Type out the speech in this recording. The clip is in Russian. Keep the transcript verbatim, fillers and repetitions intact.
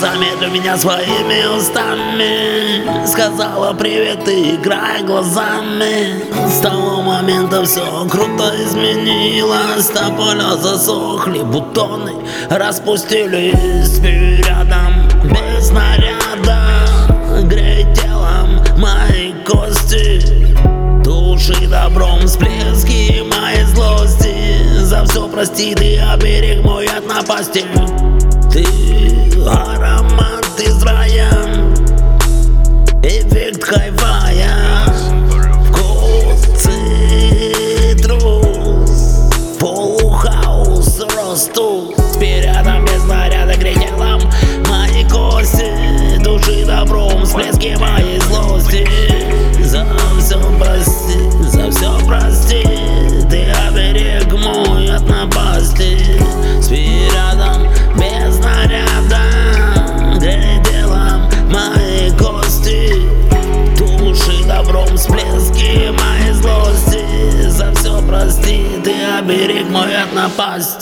замедлю меня своими устами. Сказала привет и играй глазами. С того момента все круто изменилось. Тополя засохли, бутоны распустились. Рядом без снаряда, греет телом мои кости. Души добром всплески моей злости. За все прости, ты оберег мой от напасти. Ты аромат из рая, эффект хайфая, вкус цитрус, полухаус росту. Рядом без снаряда, греет телом мои кости. Души добром всплески моей злости. За все прости, за все прости, ты оберег мой от напасти. Спи рядом без снаряда, греет телом мои кости. Души добром всплески моей злости. За все прости, ты оберег мой от напасти.